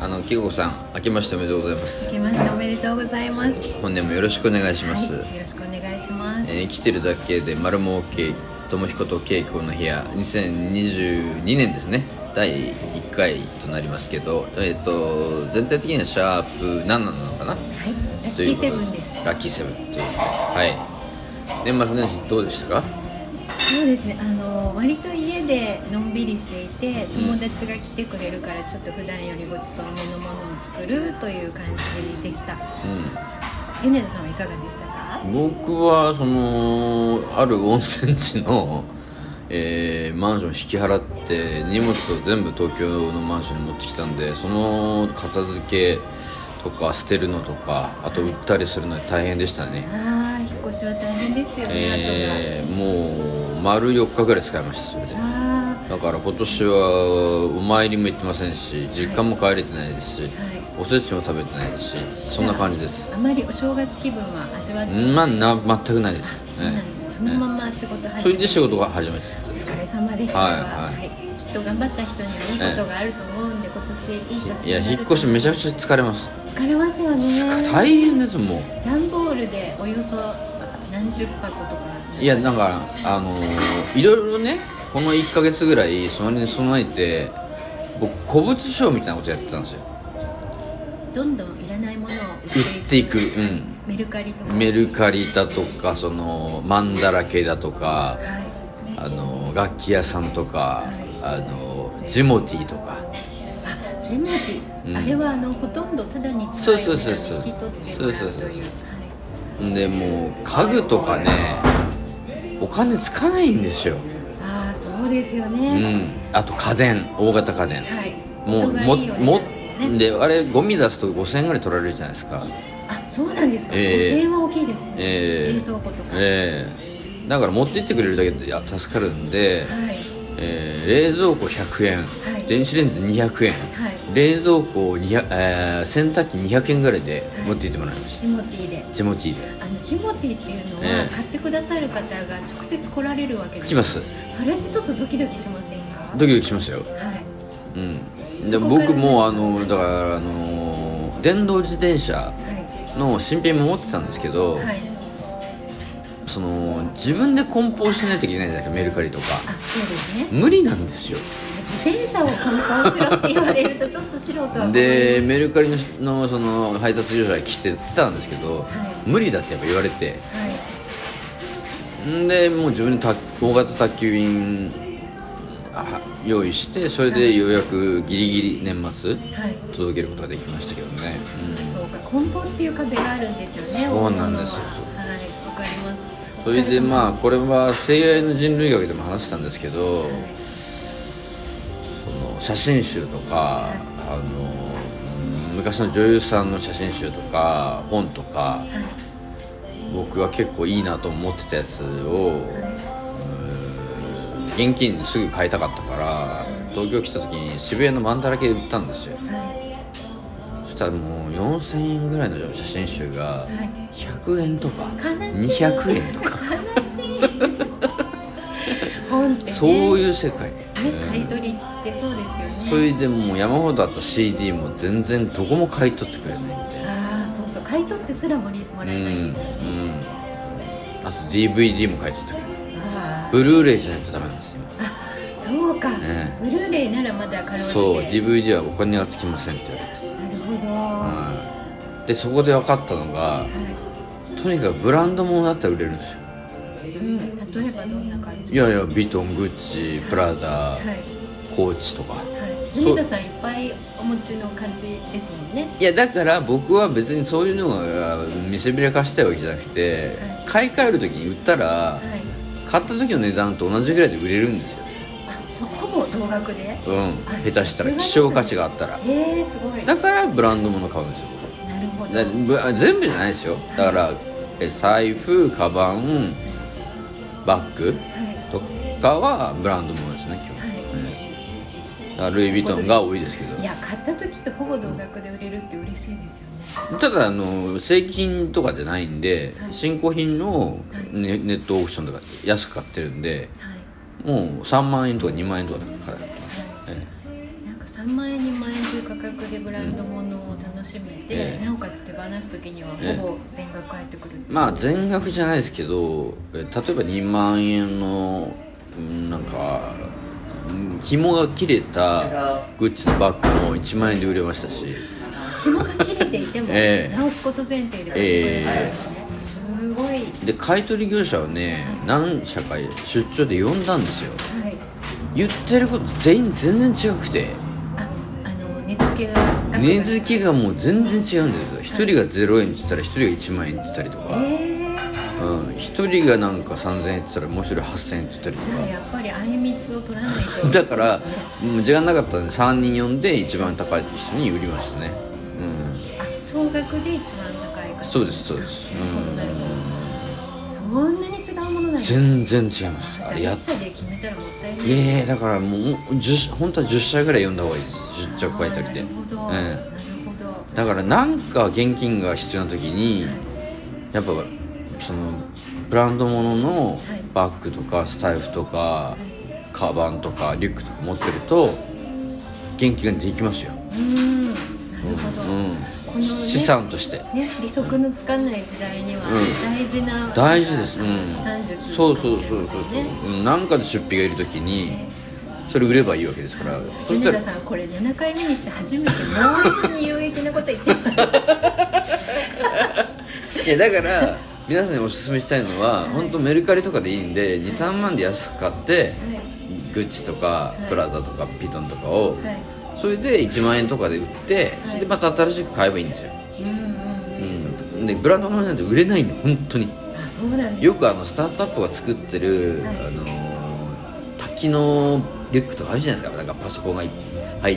きこさん、明けましておめでとうございます。 明けましておめでとうございます。 本年もよろしくお願いします。 はい、よろしくお願いします。 生きてるだけで丸儲け、ともひことけいこの部屋、2022年ですね、第1回となりますけど、全体的にはシャープ7なのかな。 はい、ラッキーセブンです。 ラッキーセブンということで、はい。年末年始どうでしたか？ そうですね、割と家でのんびりしていて、友達が来てくれるからちょっと普段よりごちそうめのものを作るという感じでした。米田さんはいかがでしたか？ 僕はある温泉地の、マンション引き払って荷物を全部東京のマンションに持ってきたんで、その片付けとか捨てるのとか、あと売ったりするので大変でしたね。 引っ越しは大変ですよね。 もう丸4日ぐらい使いました。それでだから今年はお参りも行ってませんし、実家も帰れてないですし、おせちも食べてないですし、そんな感じです。 あまりお正月気分は味わってない全くないです。 そうなんです。そのまま仕事始めて、 それで仕事が始まっちゃった。 お疲れ様でした。きっと頑張った人にはいいことがあると思うんで、今年いい年になると。 いや、引っ越しめちゃくちゃ疲れます。 疲れますよね。 大変です。もう段ボールでおよそ何十箱とか。 いや、だからいろいろね、この1ヶ月ぐらいそれに備えて、僕古物商みたいなことやってたんですよ。 どんどんいらないものを売っていく、 メルカリとか。 メルカリだとか、マンダラ系だとか、楽器屋さんとか、ジモティーとか。 ジモティー、あれはほとんどただに使いを引き取ってそうで、もう家具とかね、お金つかないんですよ。 そうですよね。 あと家電、大型家電、で、あれゴミ出すと5000円ぐらい取られるじゃないですか。 そうなんですか。5000円は大きいですね。冷蔵庫とか。 だから持って行ってくれるだけで助かるんで、冷蔵庫100円、電子レンジ200円、冷蔵庫200、洗濯機200円ぐらいで持って行ってもらいました。 ジモティーで。 ジモティーっていうのは、買ってくださる方が直接来られるわけです。 来ます。 それってちょっとドキドキしませんか？ ドキドキしますよ。で、僕もだから電動自転車の新品も持ってたんですけど、自分で梱包しないといけないじゃないですか、メルカリとか。 そうですね。 無理なんですよ。 自転車を梱包しろって言われるとちょっと素人はで、メルカリの配達業者が来てたんですけど、無理だってやっぱ言われて、でもう自分で大型宅急便用意して、それでようやくギリギリ年末届けることができましたけどね。 そうか、梱包っていう壁があるんですよね。 そうなんですよ。 わかります。 それでこれは性愛の人類学でも話したんですけど、写真集とか、昔の女優さんの写真集とか本とか、僕が結構いいなと思ってたやつを、現金にすぐ買いたかったから、東京来た時に渋谷のマンダラ系で売ったんですよ。そしたらもう4000円ぐらいの写真集が100円とか200円とか本ってね、 そういう世界、 買い取りってそうですよね。 それでもう山ほどあった CD も全然どこも買い取ってくれないみたいな。 そう買い取ってすらもらえないんですよ。 あと DVD も買い取ってくれる。ブルーレイじゃないとダメなんですよ。 そうか、ブルーレイならまだ可能で、 そう、 DVD はお金がつきませんって言われて。 なるほど。 で、そこで分かったのが、とにかくブランド物だったら売れるんですよ。 例えばどんな感じ？ いやいや、ビトン、グッチ、プラダ、コーチとか。 米田さんいっぱいお持ちの感じですもんね。 いや、だから僕は別にそういうのが見せびらかしたいわけじゃなくて、買い替える時に売ったら、買った時の値段と同じぐらいで売れるんですよ。 ほぼ同額で？ 下手したら希少価値があったら。 すごい。 だからブランド物買うんですよ。 なるほど。 全部じゃないですよ。だから財布、カバン、バッグとかはブランド物ですね、今日。だからルイ・ヴィトンが多いですけど。 いや、買った時とほぼ同額で売れるって嬉しいですよね。 ただ正規とかじゃないんで、新古品のネットオークションとか安く買ってるんで、もう3万円とか2万円とかだから。 なんか 3万円2万円という価格でブランド物を楽しめて、なおかつ手放す時にはほぼ全額返ってくる、 まあ全額じゃないですけど、例えば2万円のなんか紐が切れたグッチのバッグも1万円で売れましたし、 紐が切れていても直すこと前提で買ってくれたんですね、すごい。 で買い取り業者をね、何社か出張で呼んだんですよ、はい、言ってること全然違くて、値付けがもう全然違うんですよ。1人が0円って言ったら1人が1万円って言ったりとか、1人がなんか3000円って言ったらもう1人8000円って言ったりとか。 やっぱりあいみつを取らないとだからもう時間なかったんで3人呼んで一番高い人に売りましたね。 総額で一番高いから。 そうですそうです。 そんなに違うものなんですか？ 全然違います。じゃあ1社で決めたらもったいない。 いやだからもう本当は10社ぐらい呼んだ方がいいです。出張買い取りで。 なるほど。 だからなんか現金が必要な時に、やっぱそのブランド物のバッグとかスタイフとかカバンとかリュックとか持ってると現金ができますよ。 なるほど。 資産としてね、利息のつかない時代には大事です。 資産術、 そうなんかで出費がいる時にそれ売ればいいわけですから。 そしたらさんこれ7回目にして初めて猛烈に有益なこと言ってますいやだから皆さんにおすすめしたいのは、本当メルカリとかでいいんで 2,3 万で安く買って、グッチとかプラザとかピトンとかを、それで1万円とかで売って、でまた新しく買えばいいんですよ。でブランド物なんて売れないんで本当に。 そうなんです。 よくスタートアップが作ってる、多機能リュックとかあるじゃないですか。なんかパソコンが入って、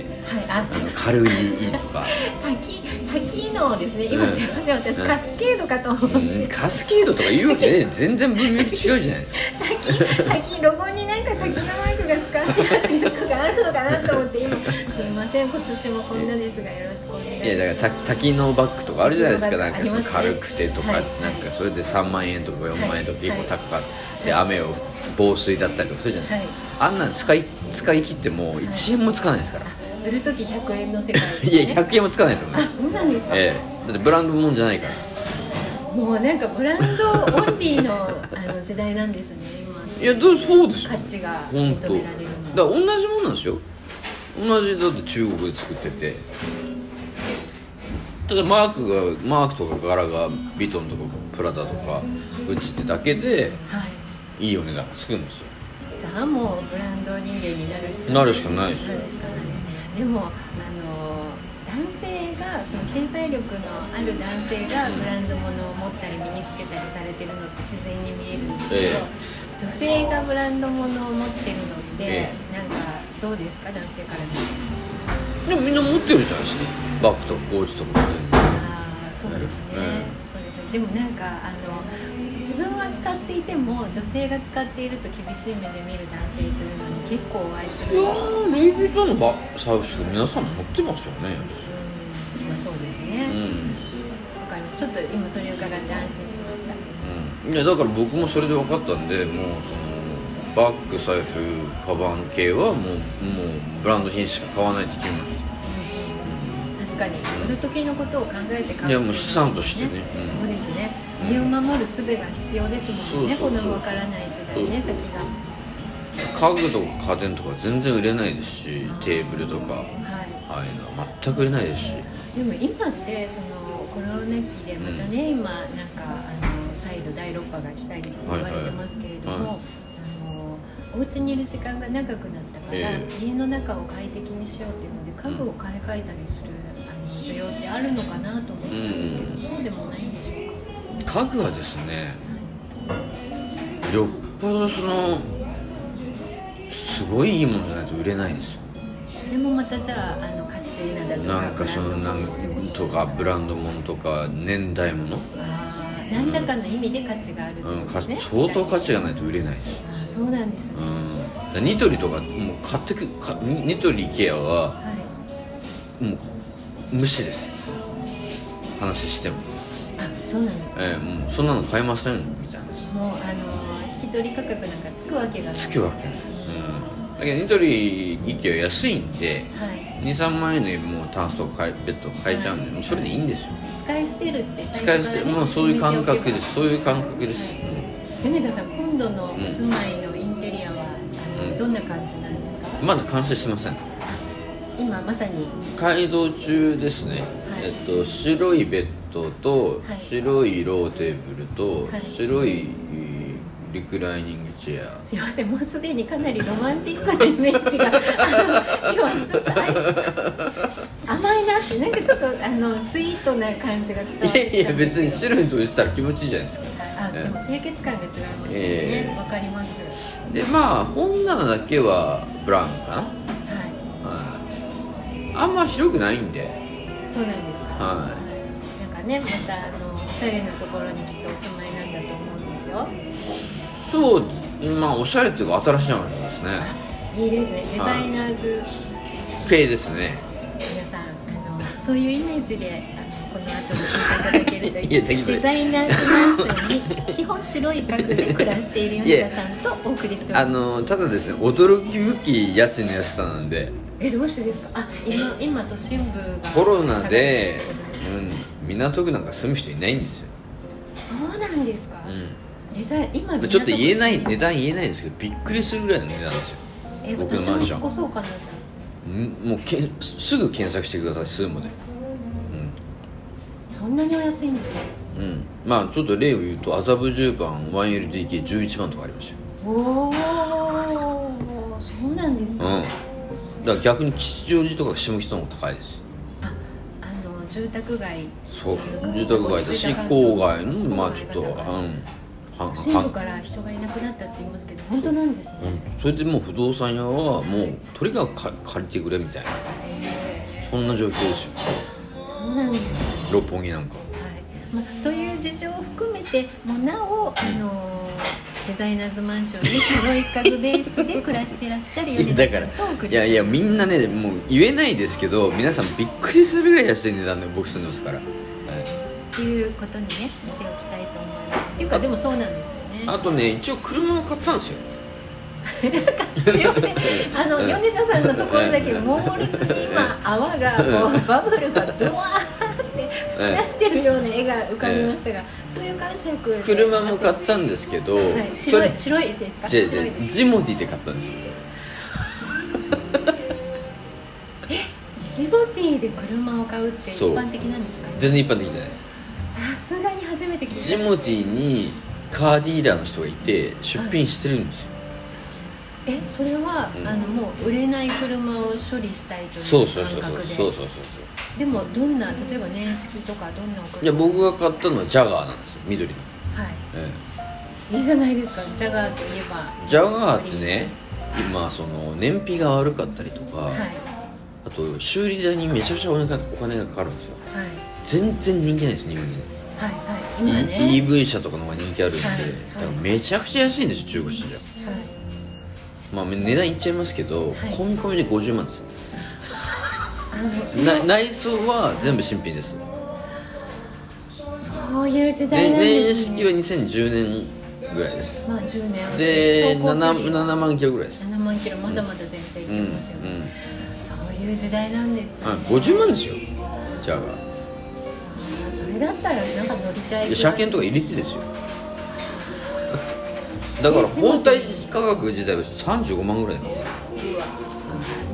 軽いとか多機能ですね。今すいません、私カスケードかと思ってカスケードとか言うわけね全然文脈違うじゃないですか。 ロゴになんか多機能マークが使ってあるリュックがあるのかなと思って今すいません、今年もこんなですがよろしくお願いします。 いやだから多機能バッグとかあるじゃないですか。なんかその軽くてとか、なんかそれで3万円とか4万円とか結構高かった、で雨を防水だったりとかするじゃないですか、あんなの使い切っても1円もつかないですから。 売るとき100円の世界ですね。 いや100円もつかないと思います。 そうなんですか。 だってブランドもんじゃないから。 もうなんかブランドオンリーの時代なんですね今。 いやそうですよ。 価値が認められるの。 だから同じもんなんですよ。同じだって中国で作ってて、ただマークとか柄がビトンとかプラダとかグッチってだけで、いいお値段つくんですよ。 じゃあもうブランド人間になるしかないですよ。でも男性がその経済力のある男性がブランド物を持ったり身につけたりされてるのって自然に見えるんですけど、女性がブランド物を持ってるのって、なんかどうですか、男性から見て。 でもみんな持ってるじゃないですか、バッグとかポーチとか普通に。 そうですね、でもなんか自分は使っていても女性が使っていると厳しい目で見る男性というのに結構お会いする。 ルイ・ヴィトンのサービスが皆さん持ってますよね。 そうですね。わかります。ちょっと今それを伺って安心しました。 いやだから僕もそれで分かったんで、もうそのバッグ、財布、カバン系はもうブランド品しか買わないって決めました。 確かに売る時のことを考えて買う。 いやもう資産としてね。 そうですね。身を守る術が必要ですもんね。この分からない時代ね、先が。 家具とか家電とか全然売れないですし、テーブルとか、ああいうのは全く売れないですし。 でも今ってそのコロナ期でまたね、今なんか再度第6波が来たりと言われてますけれども、お家にいる時間が長くなったから、家の中を快適にしようっていうので家具を買い替えたりする需要ってあるのかなと思ったんですけど、そうでもないんでしょうか。 家具はですね、よっぽどそのすごいいいものじゃないと売れないですよ。 でもまたじゃあカシーナだとかなんかそのなんとかブランド物とか年代物、 何らかの意味で価値があるってことですね。 相当価値がないと売れないです。 そうなんですね。 ニトリとかもう買ってくニトリイケアは、もう無視ですよ、話しても。 そうなんですね。 もうそんなの買えませんみたいな。 もう引き取り価格なんかつくわけがない。 つくわけない。 だけどニトリ一機は安いんで、 はい、 23万円でもうタンスとかベッド買えちゃうんで、もうそれでいいんですよ。 使い捨てるって使い捨て、もうそういう感覚です。そういう感覚です。 米田さん、今度のお住まいのインテリアは、どんな感じなんですか？ まだ完成してません。 今まさに改造中ですね、はい。白いベッドと、はい、白いローテーブルと、はい、白いリクライニングチェア。 すいません、もうすでにかなりロマンティックなイメージが今ずつ甘いなって、なんかちょっとスイートな感じが伝わってきたんですけど。いや別に白に統一したら気持ちいいじゃないですか。 でも清潔感が違いますよね。わかります。 でまあ本棚だけはブラウンかな。はい。あんま広くないんで。 そうなんですか。 はい。 なんかね、またおしゃれなところにきっとお住まいなんだと思うんですよ。 そう、まあおしゃれっていうか新しい話ですね。 いいですね。デザイナーズ系ですね。 皆さんそういうイメージでこの後も聞いていただけるといいデザイナーズマンションに基本白い家具で暮らしている米田さんとお送りしております。 ただですね、驚きぶき安いの安さなんで。 どうしてですか？今都心部がコロナで、港区なんか住む人いないんですよ。 そうなんですか。今ちょっと言えない値段言えないですけど、びっくりするぐらいの値段ですよ。僕のマンション。 私も引っ越そうかな。 もうすぐ検索してください、スーモで。 そんなにお安いんですよ。 まあちょっと例を言うと麻布十番 1LDK11 万とかありますよ。 おお、そうなんですか。 だから逆に吉祥寺とか下北の方が高いです。 住宅街。 そう住宅街だし郊外のまあちょっと都心部から人がいなくなったって言いますけど、本当なんですね。 それでもう不動産屋はもうとにかく借りてくれみたいな、そんな状況ですよ。 そうなんですね。 六本木なんか、 という事情を含めてもなおデザイナーズマンションに白い家具ベースで暮らしてらっしゃる米田さんと送りいやみんなね、もう言えないですけど、皆さんびっくりするぐらい安い値段で僕住んでますから、 っていうことにねしておきたいと思います。っていうかでもそうなんですよね。 あとね、一応車を買ったんですよ。 なんかすいません、米田さんのところだけ猛烈に今泡がこうバブルがドワーって出してるような絵が浮かびましたが、そういう感触で車も買ったんですけど、 白いですか？ 違うジモティで買ったんですよ。 ジモティで車を買うって一般的なんですか？ 全然一般的じゃないです。 さすがに初めて聞いた。 ジモティにカーディーラーの人がいて出品してるんですよ。 それは、もう売れない車を処理したいという感覚で。そう。でもどんな、例えば年式とかどんなお車？ いや僕が買ったのはジャガーなんですよ、緑の。 はい。いいじゃないですか。ジャガーといえば。 ジャガーってね、今その燃費が悪かったりとか、あと修理代にめちゃくちゃお金がかかるんですよ。全然人気ないです日本に。今ね EV 車とかの方が人気あるんで、だからめちゃくちゃ安いんですよ、中古車じゃ。まあ値段いっちゃいますけど、込み込みで50万です。内装は全部新品です。 そういう時代なんですね。 年式は2010年ぐらいです。 まあ10年で7万キロぐらいです。 7万キロ、まだまだ全然いけますよね。そういう時代なんですね。 50万ですよ、じゃあそれだったらなんか乗りたい。 車検とか入れてですよ。だから本体価格自体は35万ぐらいだった。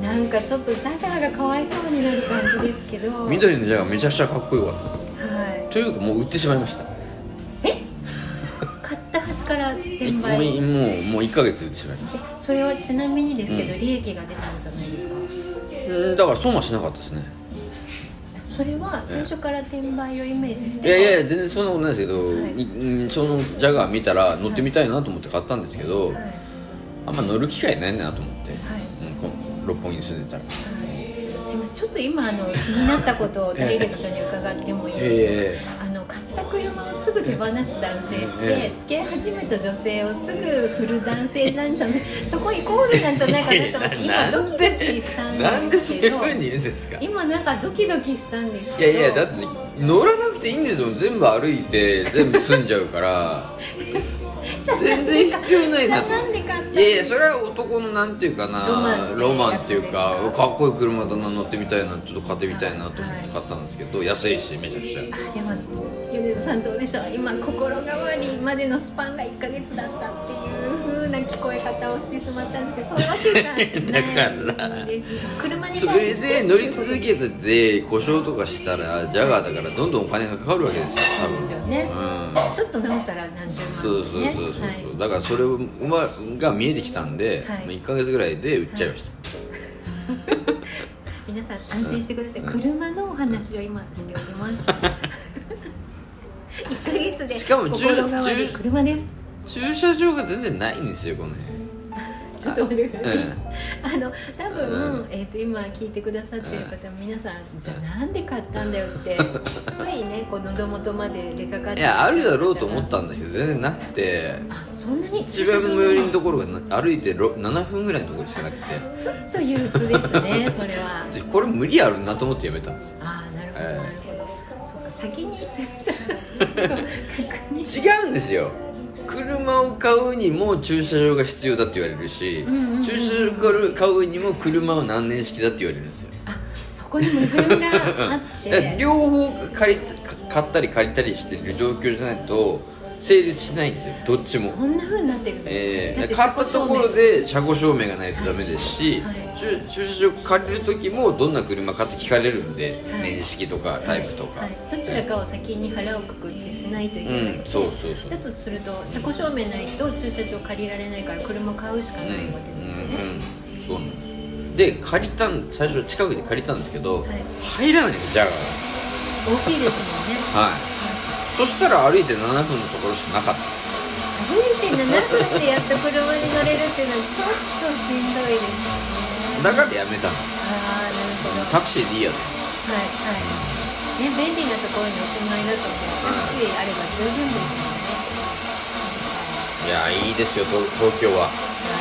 なんかちょっとジャガーがかわいそうになる感じですけど、 緑のジャガーめちゃくちゃかっこよかったです。というかもう売ってしまいました。 買った端から転売。 もう1ヶ月で売ってしまいました。 それはちなみにですけど、利益が出たんじゃないですか？ だから損はしなかったですね。 それは最初から転売をイメージして、 いや全然そんなことないですけど、そのジャガー見たら乗ってみたいなと思って買ったんですけど、あんま乗る機会ないなと思って、六本木に住んでたら。 すいません、ちょっと今気になったことをダイレクトに伺ってもいいでしょうか？買った車をすぐ手放す男性って付き合い始めた女性をすぐ振る男性なんじゃない？そこイコールなんじゃないかなと思って今ドキドキしたんですけど。 なんでそういう風に言うんですか？ 今なんかドキドキしたんですけど。 いやだって乗らなくていいんですよ、全部歩いて全部済んじゃうから。 全然必要ないなと。 なんで買ったの？ いやいや、それは男のなんていうかな、ロマンっていうか、かっこいい車だな、乗ってみたいな、ちょっと買ってみたいなと思って買ったんですけど、安いしめちゃくちゃ。 でも米田さんどうでしょう、今心変わりまでのスパンが1ヶ月だったっていう風な聞こえ方をしてしまったんですけど、そういうわけじゃないだから車にそれで乗り続けてて故障とかしたらジャガーだからどんどんお金がかかるわけですよ、多分。 そうですよね、ちょっと直したら何十万、ね、 そう、はい、だからそれが見えてきたんで、 はい、 1ヶ月ぐらいで売っちゃいました、 皆さん安心してください、車のお話を今しております1ヶ月でしかも車です。 駐車場が全然ないんですよこの辺。 ちょっと待ってください、多分、今聞いてくださってる方も皆さん、じゃあなんで買ったんだよってついね、こう喉元まで出かかって、 いやあるだろうと思ったんだけど全然なくて、 そんなに一番最寄りのところが歩いて7分ぐらいのところしかなくて、 ちょっと憂鬱ですねそれは。 これ無理あるなと思ってやめたんですよ。 ああ、なるほどなるほど、そうか、先に駐車場ちょっと確認違うんですよ。車を買うにも駐車場が必要だって言われるし、駐車場を買うにも車は何年式だって言われるんですよ。 あ、そこに矛盾があって両方買ったり借りたりしてる状況じゃないと成立しないんですよ、どっちも。 そんな風になってるんです、 買ったところで車庫証明がないとダメですし、駐車場借りる時もどんな車かって聞かれるんで、年式とかタイプとか、 どちらかを先に腹をくくってしないといけない、 そうだとすると車庫証明ないと駐車場借りられないから車買うしかないわけですよね。 そうなんですで、最初近くで借りたんですけど、入らないんですよ、ジャガーが。 大きいですもんね。 はい、そしたら歩いて7分のところしかなかった。 歩いて7分でやっと車に乗れるっていうのはちょっとしんどいですよね。 だからやめたの。 ああ、なるほど。 タクシーでいいやと。 はいはい、ね、便利なところにお住まいだと思う、タクシーあれば十分ですよね。 いや、いいですよ、東京は。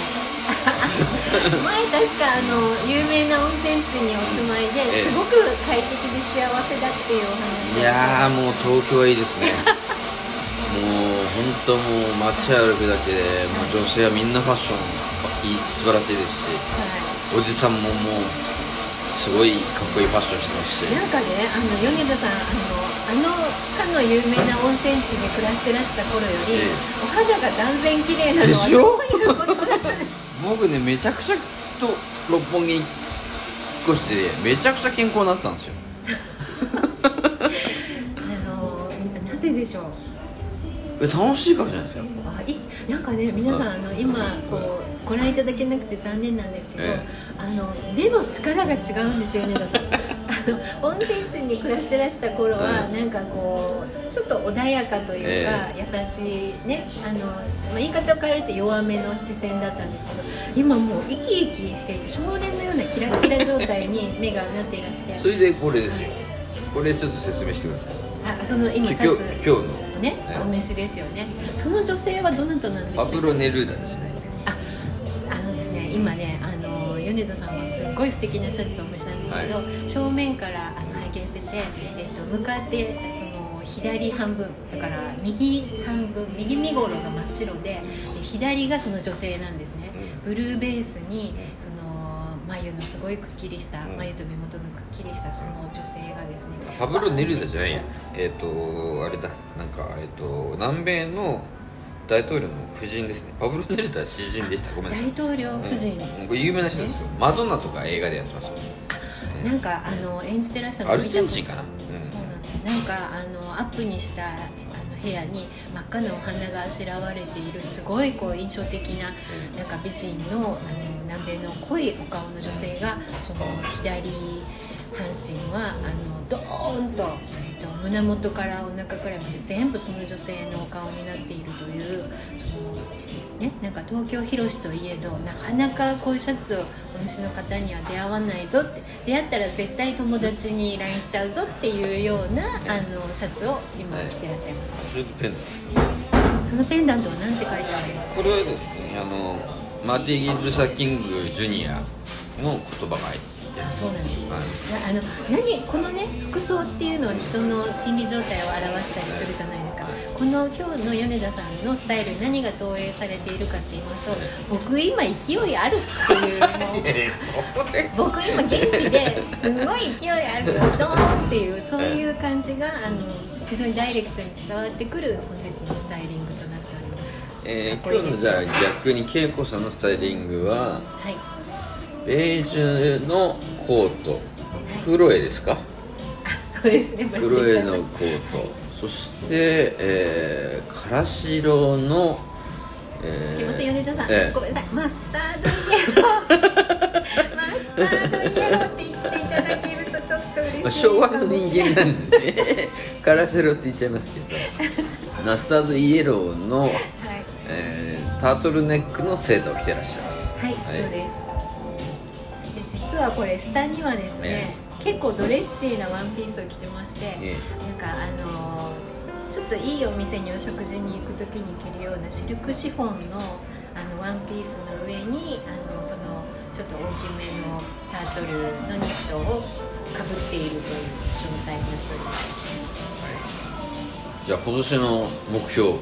前確か有名な温泉地にお住まいで、すごく快適で幸せだっていうお話。 いやー、もう東京はいいですねもう本当、もう街歩くだけでもう女性はみんなファッション素晴らしいですし、おじさんももうすごいかっこいいファッションしてますし、 なんかね、米田さん、かの有名な温泉地に暮らしてらした頃より、お肌が断然綺麗なのはでしょ？ どういうことなんですか？ 僕ね、めちゃくちゃ六本木に引っ越してめちゃくちゃ健康になったんですよなぜでしょう？ 楽しいからじゃないですか。 なんかね、皆さん今こうご覧いただけなくて残念なんですけど、目の力が違うんですよね。温泉地に暮らしてらした頃は、なんかこうちょっと穏やかというか、優しいね、言い方を変えると弱めの視線だったんですけど、今もう生き生きしていて少年のようなキラキラ状態に目がなっていらして、 それでこれですよ。これちょっと説明してください。 その今シャツ今日のね、お召しですよね。その女性はどなたなんですか？ パブロ・ネルーダですね。 ですね、今ね、米田さんはすっごい素敵なシャツをお召しなんですけど、正面から拝見してて、向かってその左半分だから右半分、右身頃が真っ白で、左がその女性なんですね。ブルーベースにその眉のすごいくっきりした、眉と目元のくっきりしたその女性がですね、 パブロ・ネルーダじゃないや、あれだ、なんか南米の大統領の夫人ですね。パブロ・ネルーダは詩人でした。ごめんなさい。 大統領夫人、 これ有名な人ですよ。マドンナとか映画でやってますよ。 なんか演じてらっしゃるアルゼンチンかな。 そうなんです。なんかアップにした部屋に真っ赤なお花があしらわれている、すごいこう印象的ななんか美人の南米の濃いお顔の女性が、その左半身はドーンと、胸元からお腹くらいまで全部その女性のお顔になっているという、そのね、なんか東京広しといえどなかなかこういうシャツをお主の方には出会わないぞって、出会ったら絶対友達に LINE しちゃうぞっていうようなシャツを今着てらっしゃいます。 それでペンダント。 そのペンダントは何て書いてあるんですか？ これはですね、マーティン・ギルサー・キング・ジュニアの言葉が入って。 そうなんです。このね、服装っていうのは人の心理状態を表したりするじゃないですか。 この今日の米田さんのスタイルに何が投影されているかって言いますと、僕今勢いあるっていう僕今元気ですごい勢いあるドーンっていうそういう感じが非常にダイレクトに伝わってくる本日のスタイリングとなっております。 今日のじゃあ逆に恵子さんのスタイリングは、はい、ベージュのコート、クロエですか？ そうですね、 クロエのコート、はい、そして、からし色の、 すいません米田さん、ごめんなさい、マスタードイエローマスタードイエローって言っていただけるとちょっと嬉しい、 昭和の人間なんでからし色って言っちゃいますけどマスタードイエローの、はい、タートルネックのセーターを着てらっしゃいます。 はい、はい、そうです。で実はこれ下にはですね、結構ドレッシーなワンピースを着てまして、なんかちょっといいお店にお食事に行くときに着るようなシルクシフォンのワンピースの上にそのちょっと大きめのタートルのニットをかぶっているという状態になっております。 じゃあ今年の目標、はい、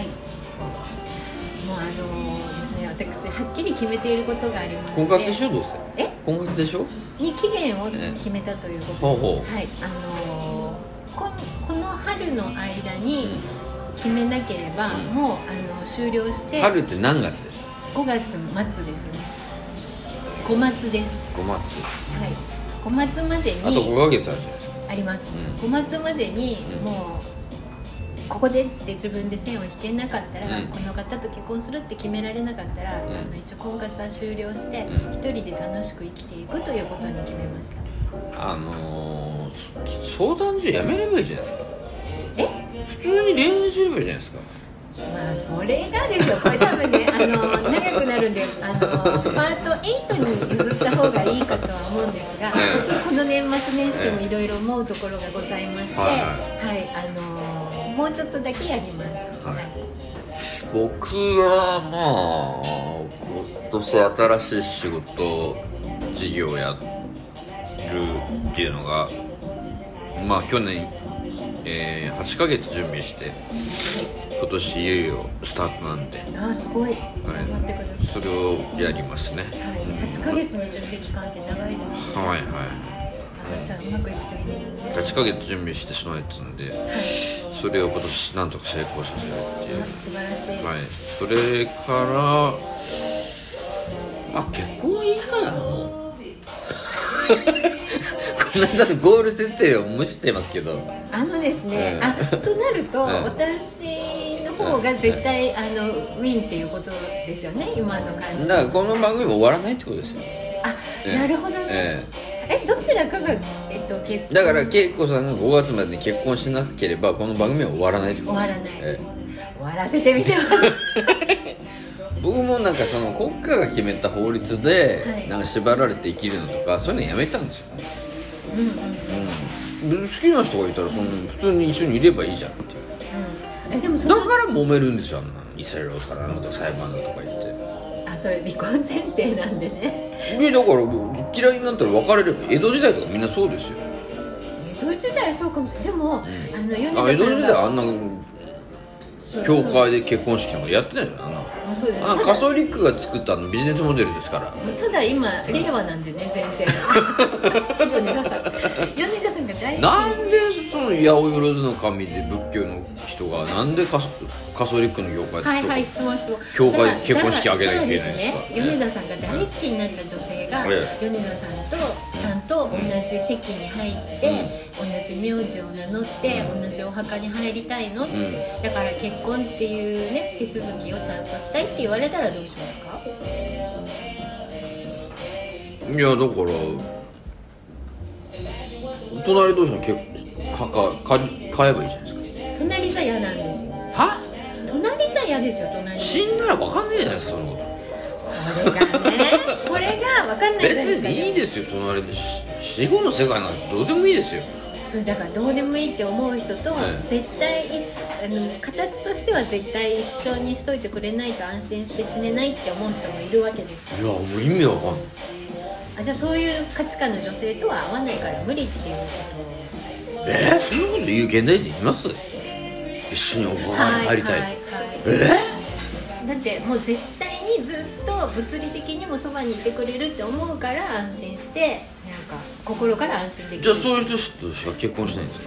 もうですね、私はっきり決めていることがありまして、 婚活でしょ、どうせ婚活でしょに期限を決めたということで、はい、この春の間に決めなければ、もう終了して。 春って何月ですか ？5月末ですね。5月です。 5月、はい、 5月までにあと5ヶ月あるじゃないですか。 あります、5月までにもうここでって自分で線を引けなかったら、この方と結婚するって決められなかったら、一応婚活は終了して、一人で楽しく生きていくということに決めました。 相談所やめればいいじゃないですか。普通に恋愛すればいいじゃないですか。 まあそれがですよ、これ多分ね長くなるんでパート8に譲った方がいいかとは思うんですが、この年末年始もいろいろ思うところがございまして、もうちょっとだけやります、 僕はまあ今年新しい仕事事業をやるっていうのがまあ去年、8ヶ月準備して今年いよいよスタートなんで、 すごい、 それをやりますね、 8ヶ月の準備期間って長いですね。はいはい、じゃあうまくいくといいですね。8 ヶ月準備して備えてたんで、それを今年なんとか成功させるっていう。 素晴らしい。 はい、それからまあ結婚はいいかな、もうこの間のゴール設定を無視してますけど、 ですね、となると、私の方が絶対ウィンっていうことですよね、今の感じ。 だからこの番組も終わらないってことですよ。 なるほどね。どちらかが、結婚。 だから恵子さんが5月までに結婚しなければこの番組は終わらないってことです。 終わらない、終わらせてみてます僕もなんかその国家が決めた法律でなんか縛られて生きるのとかそういうのやめたんですよね。好きな人がいたら普通に一緒にいればいいじゃんっていう、でもだから揉めるんですよ、慰謝料とかなんとか裁判だとか言って。 それ離婚前提なんでね。 だから嫌いになったら別れれば。江戸時代とかみんなそうですよ。 江戸時代そうかもしれない。でも、 江戸時代あんな教会で結婚式なんかやってないじゃん、 そうです。 カソリックが作ったビジネスモデルですから。 ただ今令和なんでね、全然米田さんが大好き。 なんでその八百万の神で仏教の人がなんでカソリックの業界で質問教会で結婚式挙げなきゃいけないんですか。 米田さんが大好きになった女性が米田さんとちゃんと同じ席に入って、同じ名字を名乗って同じお墓に入りたいの、だから結婚っていうね手続きをちゃんとしたいって言われたらどうしますか？ いやだから隣同士の墓買えばいいじゃないですか。 隣じゃ嫌なんですよ。隣じゃ嫌ですよ。隣死んだら分かんないじゃないですか、そのこと。 これが分かんない別にいいですよ、隣で死後の世界なんてどうでもいいですよ。 それだからどうでもいいって思う人と、絶対形としては絶対一緒にしといてくれないと安心して死ねないって思う人もいるわけです。 いやもう意味わかんない。 じゃあそういう価値観の女性とは合わないから無理っていうこと。 そんなこと言う現代人います？ 一緒にお風呂に入りたい、 だってもう絶対にずっと物理的にもそばにいてくれるって思うから安心して、なんか心から安心できる。 じゃあそういう人としか結婚しないんですか？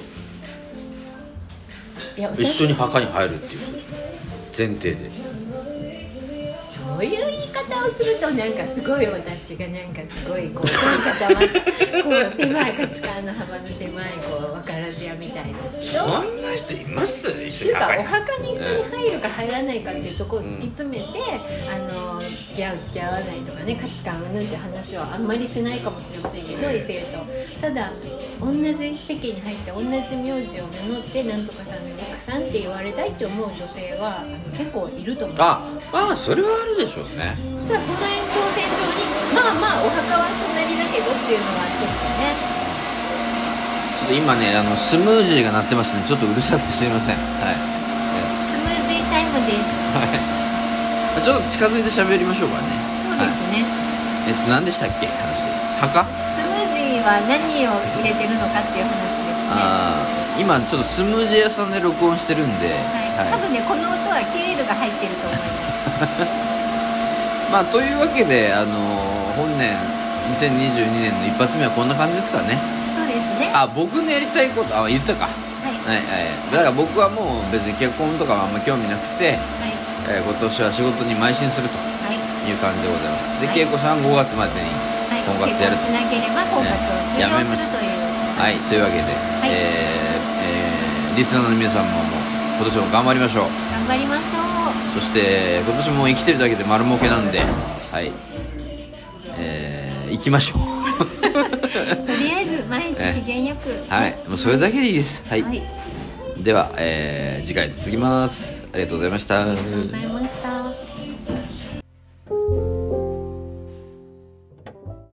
いや、 一緒に墓に入るっていう前提で。 そういう言い方をするとなんかすごい、私がなんかすごいこう固まってこう狭い価値観の幅の狭いこう分からず屋みたいですけど、 そんな人います？一緒にっていうか墓にお墓に一緒に入るか入らないかっていうところを突き詰めて、付き合う付き合わないとかね、価値観うんぬんって話はあんまりしないかもしれませんけど、異性とただ同じ席に入って同じ名字を名乗ってなんとかさんの奥さんって言われたいって思う女性は結構いると思う。 まあそれはあるでしょうね。 そしたらその延長線上にまあお墓は隣だけどっていうのはちょっとね、 ちょっと今ねスムージーが鳴ってますね。ちょっとうるさくてすいません。はい、 スムージータイムです。 はい、ちょっと近づいて喋りましょうかね。 そうですね、 何でしたっけ話？墓？ スムージーは何を入れてるのかっていう話ですね。 今ちょっとスムージー屋さんで録音してるんで、 多分ねこの音はケールが入ってると思います。 というわけで本年2022年の一発目はこんな感じですかね。 そうですね。 僕のやりたいこと言ったか。だから僕はもう別に結婚とかはあんま興味なくて、今年は仕事に邁進するという感じでございます。で、恵子さん5月までに婚活やると、 結婚しなければ婚活を終了するという。 というわけで、リスナーの皆さんも今年も頑張りましょう。 頑張りましょう。 そして今年も生きてるだけで丸儲けなんで、行きましょう。 とりあえず毎日機嫌よく、 もうそれだけでいいです。では、次回続きます。ありがとうございました。 ありがとうございました。